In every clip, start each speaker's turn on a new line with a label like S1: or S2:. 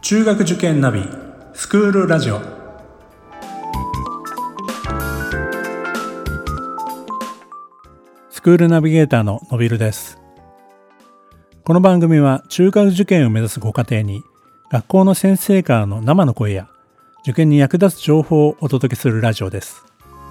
S1: 中学受験ナビスクールラジオ。スクールナビゲーターののびるです。この番組は中学受験を目指すご家庭に学校の先生からの生の声や受験に役立つ情報をお届けするラジオです。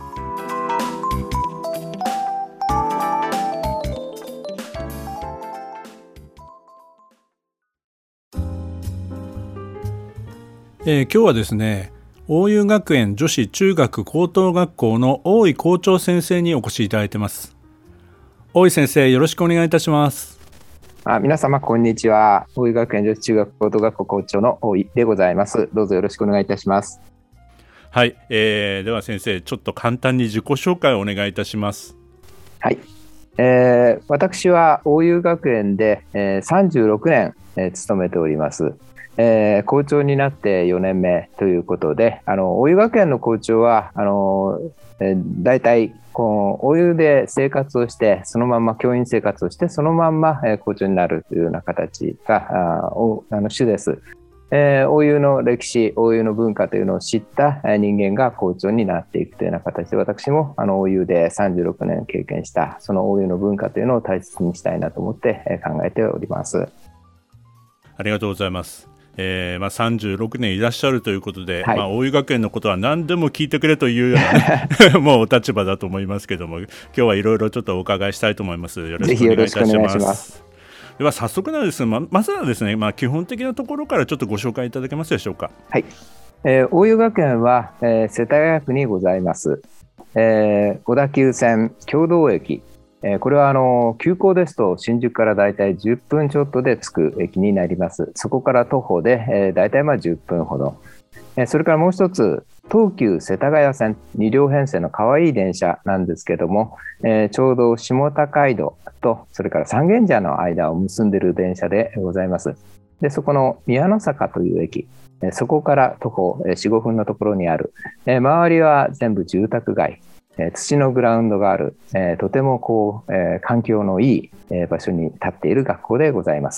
S1: 今日はですね、大湯学園女子中学高等学校の大井校長先生にお越しいただいています。大井先生、よろしくお願いいたします。
S2: 皆様こんにちは。大井学園女子中学高等学校校長の大井でございます。どうぞよろしくお願いいたします。
S1: はい、では先生、ちょっと簡単に自己紹介をお願いいたします。
S2: はい、私は大井学園で、36年、勤めております。校長になって4年目ということで、大湯学園の校長は大体大湯で生活をして、そのまま教員生活をして、そのまんま、校長になるというような形が主です。大湯の歴史、大湯の文化というのを知った人間が校長になっていくというような形で、私も大湯で36年経験したその大湯の文化というのを大切にしたいなと思って考えております。
S1: ありがとうございます。36年いらっしゃるということで、
S2: はい、
S1: 大湯学園のことは何でも聞いてくれというような、もうお立場だと思いますけども、今日はいろいろちょっとお伺いしたいと思います。よろしくお願いいたします。では早速なんですが、まずはですね、基本的なところからちょっとご紹介いただけますでしょうか。
S2: はい、大湯学園は、世田谷区にございます。小田急線経堂駅、これは急行ですと新宿からだいたい10分ちょっとで着く駅になります。そこから徒歩で、だいたい10分ほど。それからもう一つ、東急世田谷線2両編成の可愛い電車なんですけども、ちょうど下高井戸とそれから三軒茶の間を結んでいる電車でございます。で、そこの宮の坂という駅、そこから徒歩 4,5 分のところにある、周りは全部住宅街、土のグラウンドがある、とても環境のいい、場所に立っている学校でございます。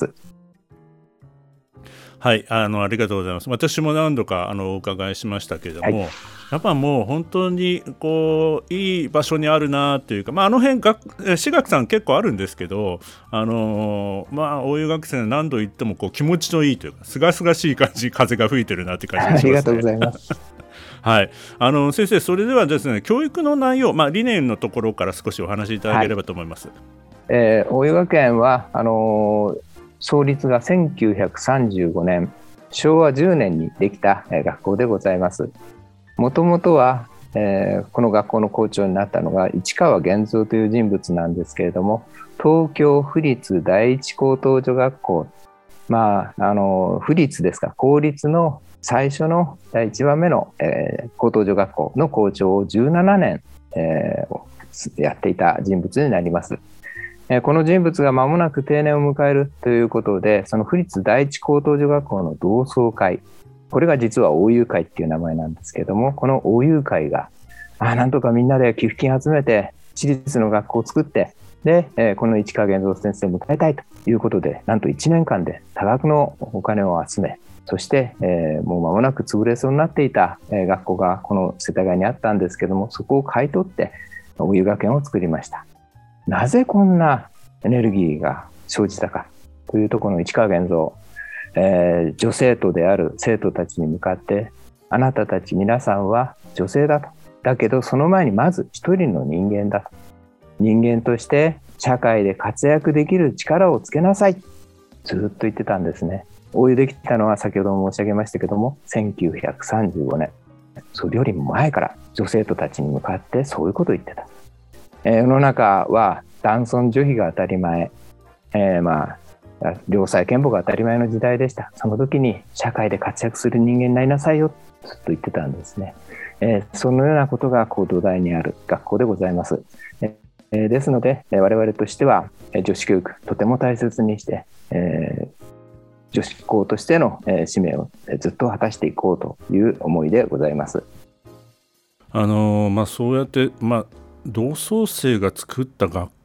S1: はい、ありがとうございます。私も何度かお伺いしましたけれども、
S2: はい、
S1: やっぱもう本当にいい場所にあるなというか、あの辺私学さん結構あるんですけど、大湯学生何度行っても気持ちのいいというか、すがすがしい感じ、風が吹いてるなという感じがしますね。
S2: ありがとうございます。
S1: はい、先生、それではですね、教育の内容、理念のところから少しお話しいただければと思います。
S2: 大湯学園は創立が1935年昭和10年にできた学校でございます。もともとは、この学校の校長になったのが市川源三という人物なんですけれども、東京府立第一高等女学校、府立ですか、公立の最初の第1番目の、高等女学校の校長を17年、やっていた人物になります。この人物が間もなく定年を迎えるということで、その府立第一高等女学校の同窓会、これが実は大湯会っていう名前なんですけれども、この大湯会がなんとかみんなで寄付金集めて私立の学校を作って、で、この市川源三先生を迎えたいということで、なんと1年間で多額のお金を集め、そして、もう間もなく潰れそうになっていた、学校がこの世田谷にあったんですけども、そこを買い取って大湯学園を作りました。なぜこんなエネルギーが生じたかというと、この市川源三、女生徒である生徒たちに向かって、あなたたち皆さんは女性だと。だけどその前にまず一人の人間だと。人間として社会で活躍できる力をつけなさい。ずっと言ってたんですね。大湯できたのは先ほども申し上げましたけども、1935年。それよりも前から女生徒たちに向かってそういうことを言ってた。世の中は男尊女卑が当たり前、良妻賢母が当たり前の時代でした。その時に社会で活躍する人間になりなさいよとずっと言ってたんですね。そのようなことが土台にある学校でございます。ですので我々としては女子教育とても大切にして、女子校としての使命をずっと果たしていこうという思いでございます。
S1: そうやって、同窓生が作った学校っ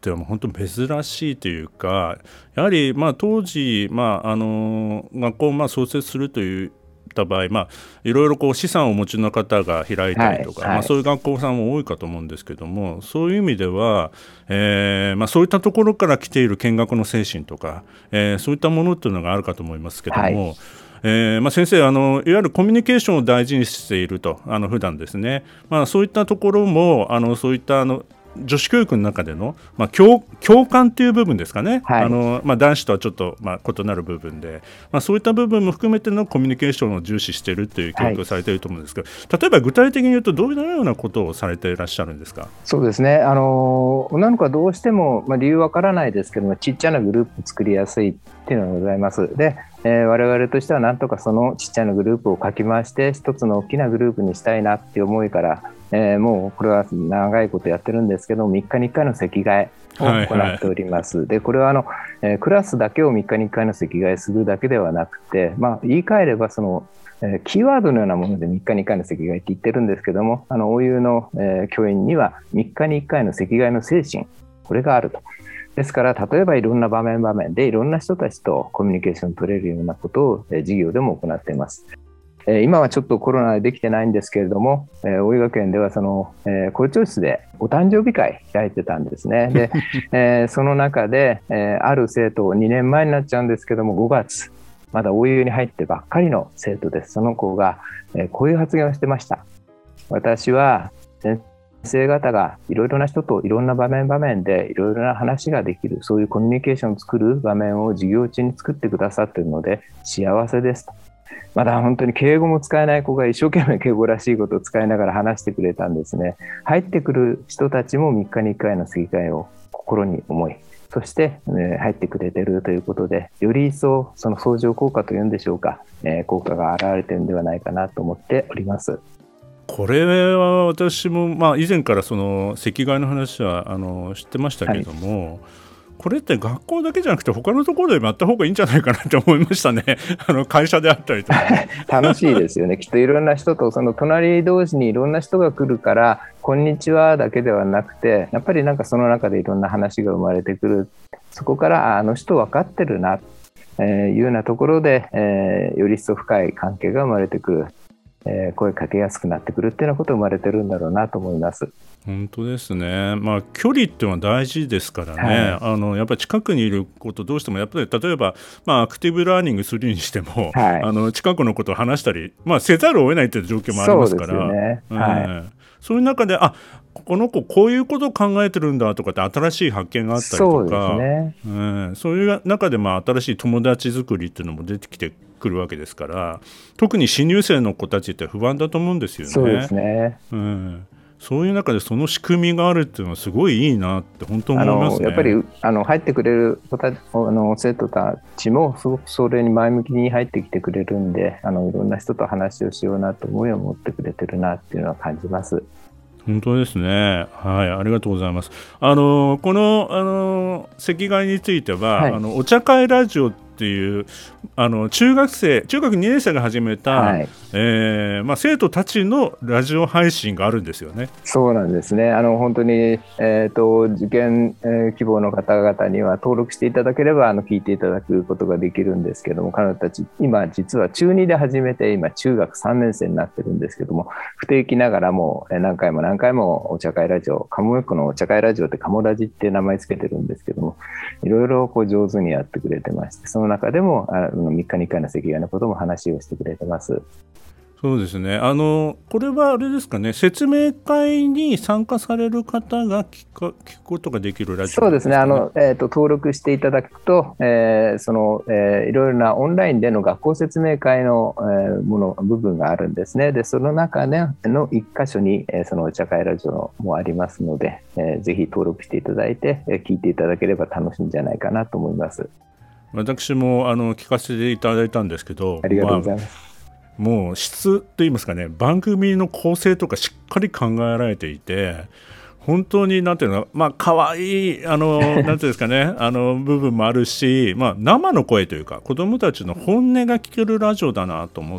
S1: ってはもう本当に珍しいというか、やはり当時、学校を創設するというた場合、いろいろこう資産をお持ちの方が開いたりとか、そういう学校さんも多いかと思うんですけども、そういう意味では、そういったところから来ている見学の精神とか、そういったものというのがあるかと思いますけども、先生、いわゆるコミュニケーションを大事にしていると、普段ですね、そういったところもそういった女子教育の中での、共感という部分ですかね、男子とはちょっと、異なる部分で、そういった部分も含めてのコミュニケーションを重視しているという教育をされていると思うんですけど、例えば具体的に言うとどういうようなことをされていらっしゃるんですか？
S2: そうですね、女の子はどうしても、理由わからないですけども、ちっちゃなグループ作りやすいっていうのがございます。で、我々としてはなんとかそのちっちゃなグループをかき回して一つの大きなグループにしたいなっていう思いから、もうこれは長いことやってるんですけど、3日に1回の席替えを行っております。で、これはクラスだけを3日に1回の席替えするだけではなくて、言い換えればそのキーワードのようなもので3日に1回の席替えって言ってるんですけども、OU の教員には3日に1回の席替えの精神、これがあると。ですから、例えばいろんな場面でいろんな人たちとコミュニケーション取れるようなことを授業でも行っています。今はちょっとコロナでできてないんですけれども、大井学園ではその校長室でお誕生日会開いてたんですね。で、その中である生徒、2年前になっちゃうんですけども、5月まだ OU に入ってばっかりの生徒です。その子がこういう発言をしてました。私は先生方がいろいろな人といろんな場面でいろいろな話ができる、そういうコミュニケーションを作る場面を授業中に作ってくださっているので幸せですと。まだ本当に敬語も使えない子が一生懸命敬語らしいことを使いながら話してくれたんですね。入ってくる人たちも3日に1回の席替えを心に思い、そして、入ってくれているということで、より一層その相乗効果というんでしょうか、効果が現れているんではないかなと思っております。
S1: これは私も、以前からその席替えの話は知ってましたけれども、これって学校だけじゃなくて他のところでもやった方がいいんじゃないかなって思いましたね。会社であったりとか、
S2: 楽しいですよね。きっといろんな人と、その隣同士にいろんな人が来るから、こんにちはだけではなくて、やっぱりなんかその中でいろんな話が生まれてくる。そこからあの人分かってるなというようなところで、より一層深い関係が生まれてくる。声かけやすくなってくるっていうようなことが生まれてるんだろうなと思います。
S1: 本当ですね、距離っていうのは大事ですからね、やっぱり近くにいることどうしてもやっぱり例えば、アクティブラーニングするにしても、近くのことを話したり、せざるを得ないという状況もありますから、
S2: そうですよね、
S1: そういう中でこの子こういうことを考えてるんだとかって新しい発見があったりとか、そういう中で新しい友達作りっていうのも出てきてくるわけですから、特に新入生の子たちって不安だと思うんですよね。
S2: そうですね、
S1: そういう中でその仕組みがあるっていうのはすごいいいなって本当思いますね。
S2: やっぱり入ってくれる生徒たちもすごくそれに前向きに入ってきてくれるんで、いろんな人と話をしようなと思いを持ってくれてるなっていうのは感じます。
S1: 本当ですね、ありがとうございます。この席替えについては、お茶会ラジオっていう中学2年生が始めた、生徒たちのラジオ配信があるんですよね。
S2: そうなんですね。本当に、受験、希望の方々には登録していただければ聞いていただくことができるんですけども、彼女たち今実は中2で始めて今中学3年生になってるんですけども、不定期ながらも何回もお茶会ラジオ、カモメッコのお茶会ラジオってカモラジって名前つけてるんですけども、いろいろ上手にやってくれてまして、その中でも3日に1回の席替えのことも話をしてくれてます。
S1: そうですね、これはあれですかね、説明会に参加される方が聞くことができるラジオですかね。
S2: そうですね、登録していただくと、いろいろなオンラインでの学校説明会の、部分があるんですね。でその中での一箇所に、そのお茶会ラジオもありますので、ぜひ登録していただいて、聞いていただければ楽しいんじゃないかなと思います。
S1: 私も聞かせていただいたんですけど、
S2: ありがとうございます。
S1: もう質といいますかね、番組の構成とかしっかり考えられていて、本当になんていうの、可愛いなんていうんですかね部分もあるし、生の声というか子どもたちの本音が聞けるラジオだなと思って、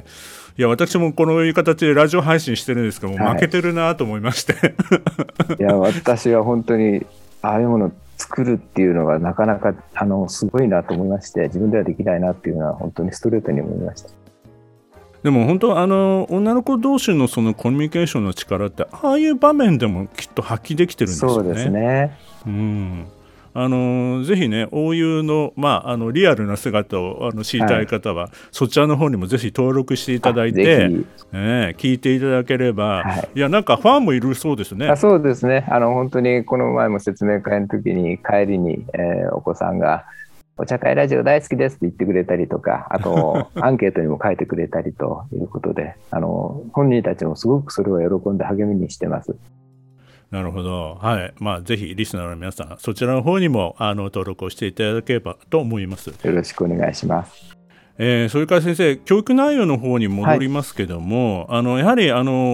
S1: いや私もこのいう形でラジオ配信してるんですけども、負けてるなと思いまして、
S2: いや私は本当にああいうものを作るっていうのがなかなかすごいなと思いまして、自分ではできないなっていうのは本当にストレートに思いました。
S1: でも本当女の子同士のそのコミュニケーションの力ってああいう場面でもきっと発揮できてるんですよね。
S2: そうですね。
S1: ぜひね、OU の、リアルな姿を知りたい方は、そちらの方にもぜひ登録していただいて、聞いていただければ、いやなんかファンもいるそうですね。
S2: そうですね。本当にこの前も説明会の時に帰りに、お子さんがお茶会ラジオ大好きですって言ってくれたりとか、あとアンケートにも書いてくれたりということで、本人たちもすごくそれを喜んで励みにしてます。
S1: なるほど。はい。ぜひリスナーの皆さん、そちらの方にも登録をしていただければと思います。
S2: よろしくお願いします。
S1: それから先生、教育内容の方に戻りますけども、やはり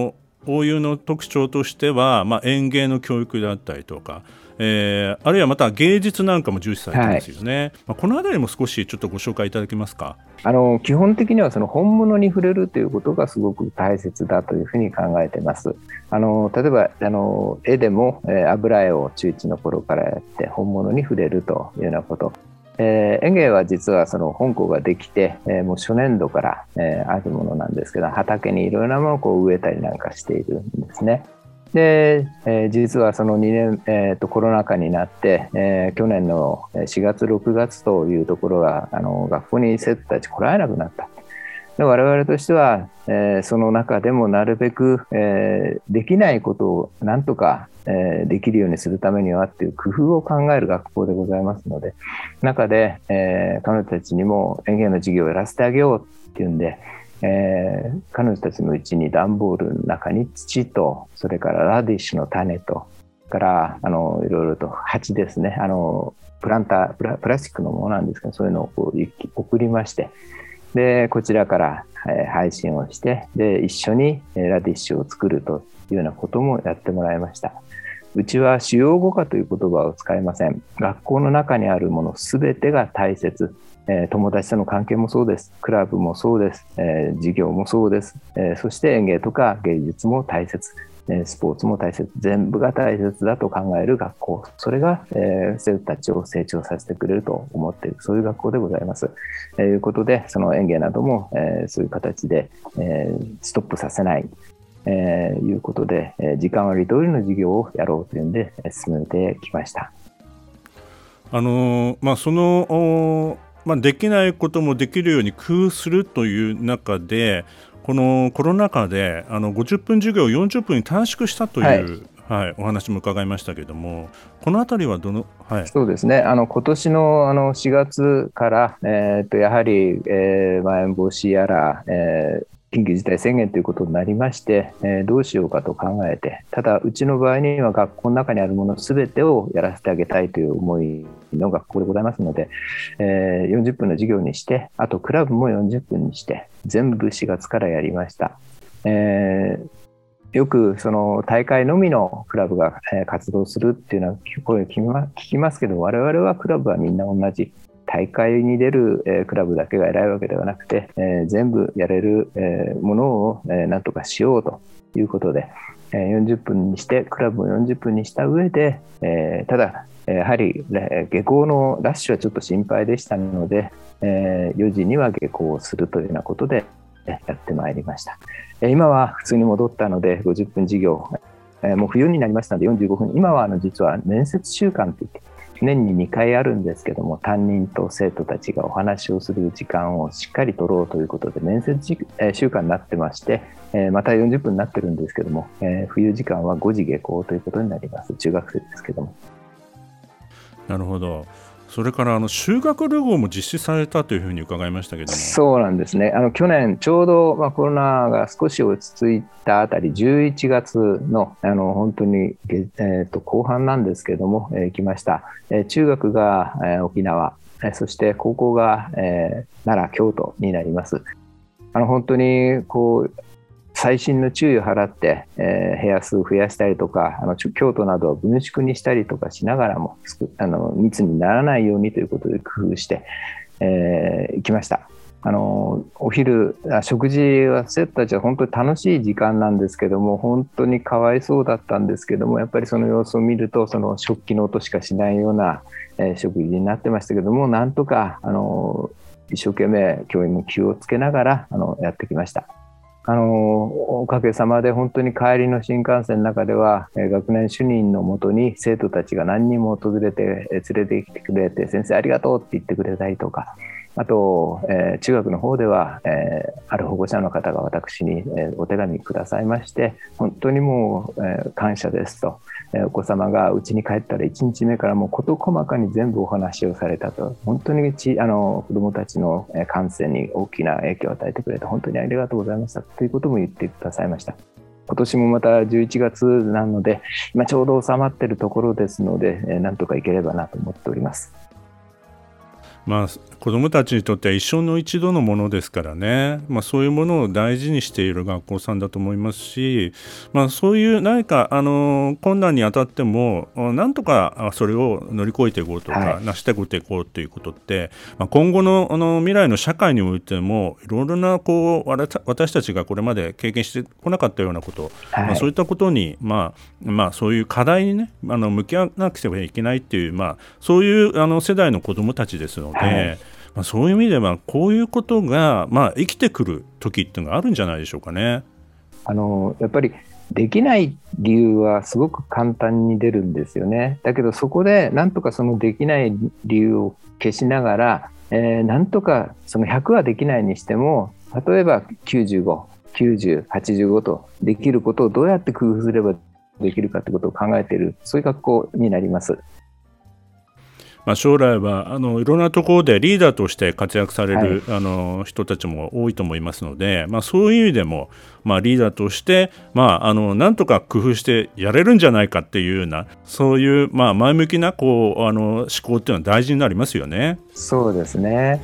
S1: OU の特徴としては、園芸の教育であったりとか、あるいはまた芸術なんかも重視されてますよね。このあたりも少しちょっとご紹介いただけますか。
S2: 基本的にはその本物に触れるということがすごく大切だというふうに考えています。例えば絵でも、油絵を中1の頃からやって本物に触れるというようなこと、園芸は実はその本校ができて、もう初年度から、あるものなんですけど、畑にいろいろなものをこう植えたりなんかしているんですね。で、実はその2年、コロナ禍になって、去年の4月6月というところが学校に生徒たち来られなくなった。で我々としては、その中でもなるべく、できないことをなんとか、できるようにするためにはっていう工夫を考える学校でございますので、中で、彼女たちにも園芸の授業をやらせてあげようっていうんで、彼女たちのうちに段ボールの中に土と、それからラディッシュの種と、からいろいろと鉢ですね、プラスチックのものなんですけど、そういうのをこう送りまして、でこちらから、配信をして、で一緒にラディッシュを作るというようなこともやってもらいました。うちは主要語化という言葉を使いません。学校の中にあるものすべてが大切。友達との関係もそうです。クラブもそうです。授業もそうです。そして園芸とか芸術も大切。スポーツも大切。全部が大切だと考える学校。それが、生徒たちを成長させてくれると思っている。そういう学校でございます。ということで、その園芸なども、そういう形で、ストップさせない。いうことで、時間割通りの授業をやろうというんで進めてきました。
S1: そのできないこともできるように工夫するという中で、このコロナ禍で50分授業を40分に短縮したという、お話も伺いましたけれども、このあたりは
S2: そうですね、今年の4月から、やはり、まん延防止やら、緊急事態宣言ということになりまして、どうしようかと考えて、ただうちの場合には学校の中にあるものすべてをやらせてあげたいという思いの学校でございますので、40分の授業にして、あとクラブも40分にして全部4月からやりました。よくその大会のみのクラブが活動するっていうのは声を聞きますけど、我々はクラブはみんな同じ。大会に出る、クラブだけが偉いわけではなくて、全部やれる、ものを、なんとかしようということで、40分にしてクラブを40分にした上で、ただやはり下校のラッシュはちょっと心配でしたので、4時には下校をするというようなことでやってまいりました。今は普通に戻ったので50分授業、もう冬になりましたので45分、今は実は面接週間といって年に2回あるんですけども、担任と生徒たちがお話をする時間をしっかり取ろうということで面接週間になってまして、また40分になってるんですけども、冬時間は5時下校ということになります。中学生ですけども。
S1: なるほど。それから修学旅行も実施されたというふうに伺いましたけども。
S2: そうなんですね。去年ちょうど、コロナが少し落ち着いたあたり11月の、本当に、後半なんですけども、行きました。中学が、沖縄、そして高校が、奈良、京都になります。本当にこう細心の注意を払って、部屋数を増やしたりとか、京都などは分縮にしたりとかしながらも密にならないようにということで工夫して、行きました。 お昼食事は生徒たちは本当に楽しい時間なんですけども、本当にかわいそうだったんですけども、やっぱりその様子を見るとその食器の音しかしないような、食事になってましたけども、なんとか一生懸命教員も気をつけながらやってきました。おかげさまで本当に帰りの新幹線の中では、学年主任のもとに生徒たちが何人も訪れて、連れてきてくれて、先生ありがとうって言ってくれたりとか、あと、中学の方では、ある保護者の方が私に、お手紙くださいまして、本当にもう、感謝ですと、お子様が家に帰ったら1日目からもう事細かに全部お話をされたと、本当に子どもたちの感染に大きな影響を与えてくれて本当にありがとうございましたということも言ってくださいました。今年もまた11月なので、今ちょうど収まっているところですので、なんとかいければなと思っております。
S1: 子どもたちにとっては一生の一度のものですからね、そういうものを大事にしている学校さんだと思いますし、そういう何か困難に当たってもなんとかそれを乗り越えていこうとか、成し遂げていこうということって、今後の未来の社会においてもいろいろな私たちがこれまで経験してこなかったようなこと、そういったことに、そういう課題にね向き合わなくてはいけないっていう、そういう世代の子どもたちですので、そういう意味ではこういうことが、生きてくる時っていうのがあるんじゃないでしょうかね。
S2: やっぱりできない理由はすごく簡単に出るんですよね。だけどそこでなんとかそのできない理由を消しながら、なんとかその100はできないにしても、例えば95、90、85とできることをどうやって工夫すればできるかということを考えている、そういう学校になります。
S1: 将来はいろんなところでリーダーとして活躍される、人たちも多いと思いますので、そういう意味でも、リーダーとして、なんとか工夫してやれるんじゃないかっていうような、そういう、前向きな思考っていうのは大事になりますよね。
S2: そうですね。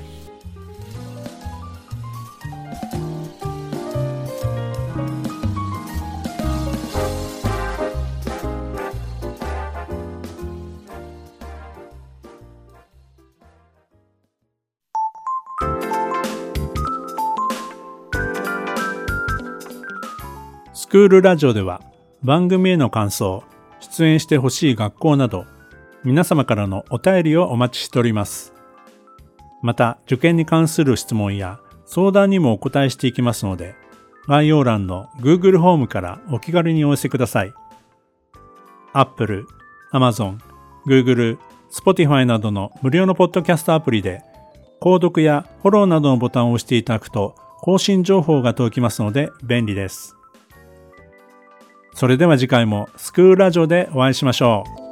S1: スクールラジオでは番組への感想、出演してほしい学校など皆様からのお便りをお待ちしております。また受験に関する質問や相談にもお答えしていきますので、概要欄の Google ホームからお気軽にお寄せください。Apple、Amazon、Google、Spotify などの無料のポッドキャストアプリで購読やフォローなどのボタンを押していただくと更新情報が届きますので便利です。それでは次回もスクールラジオでお会いしましょう。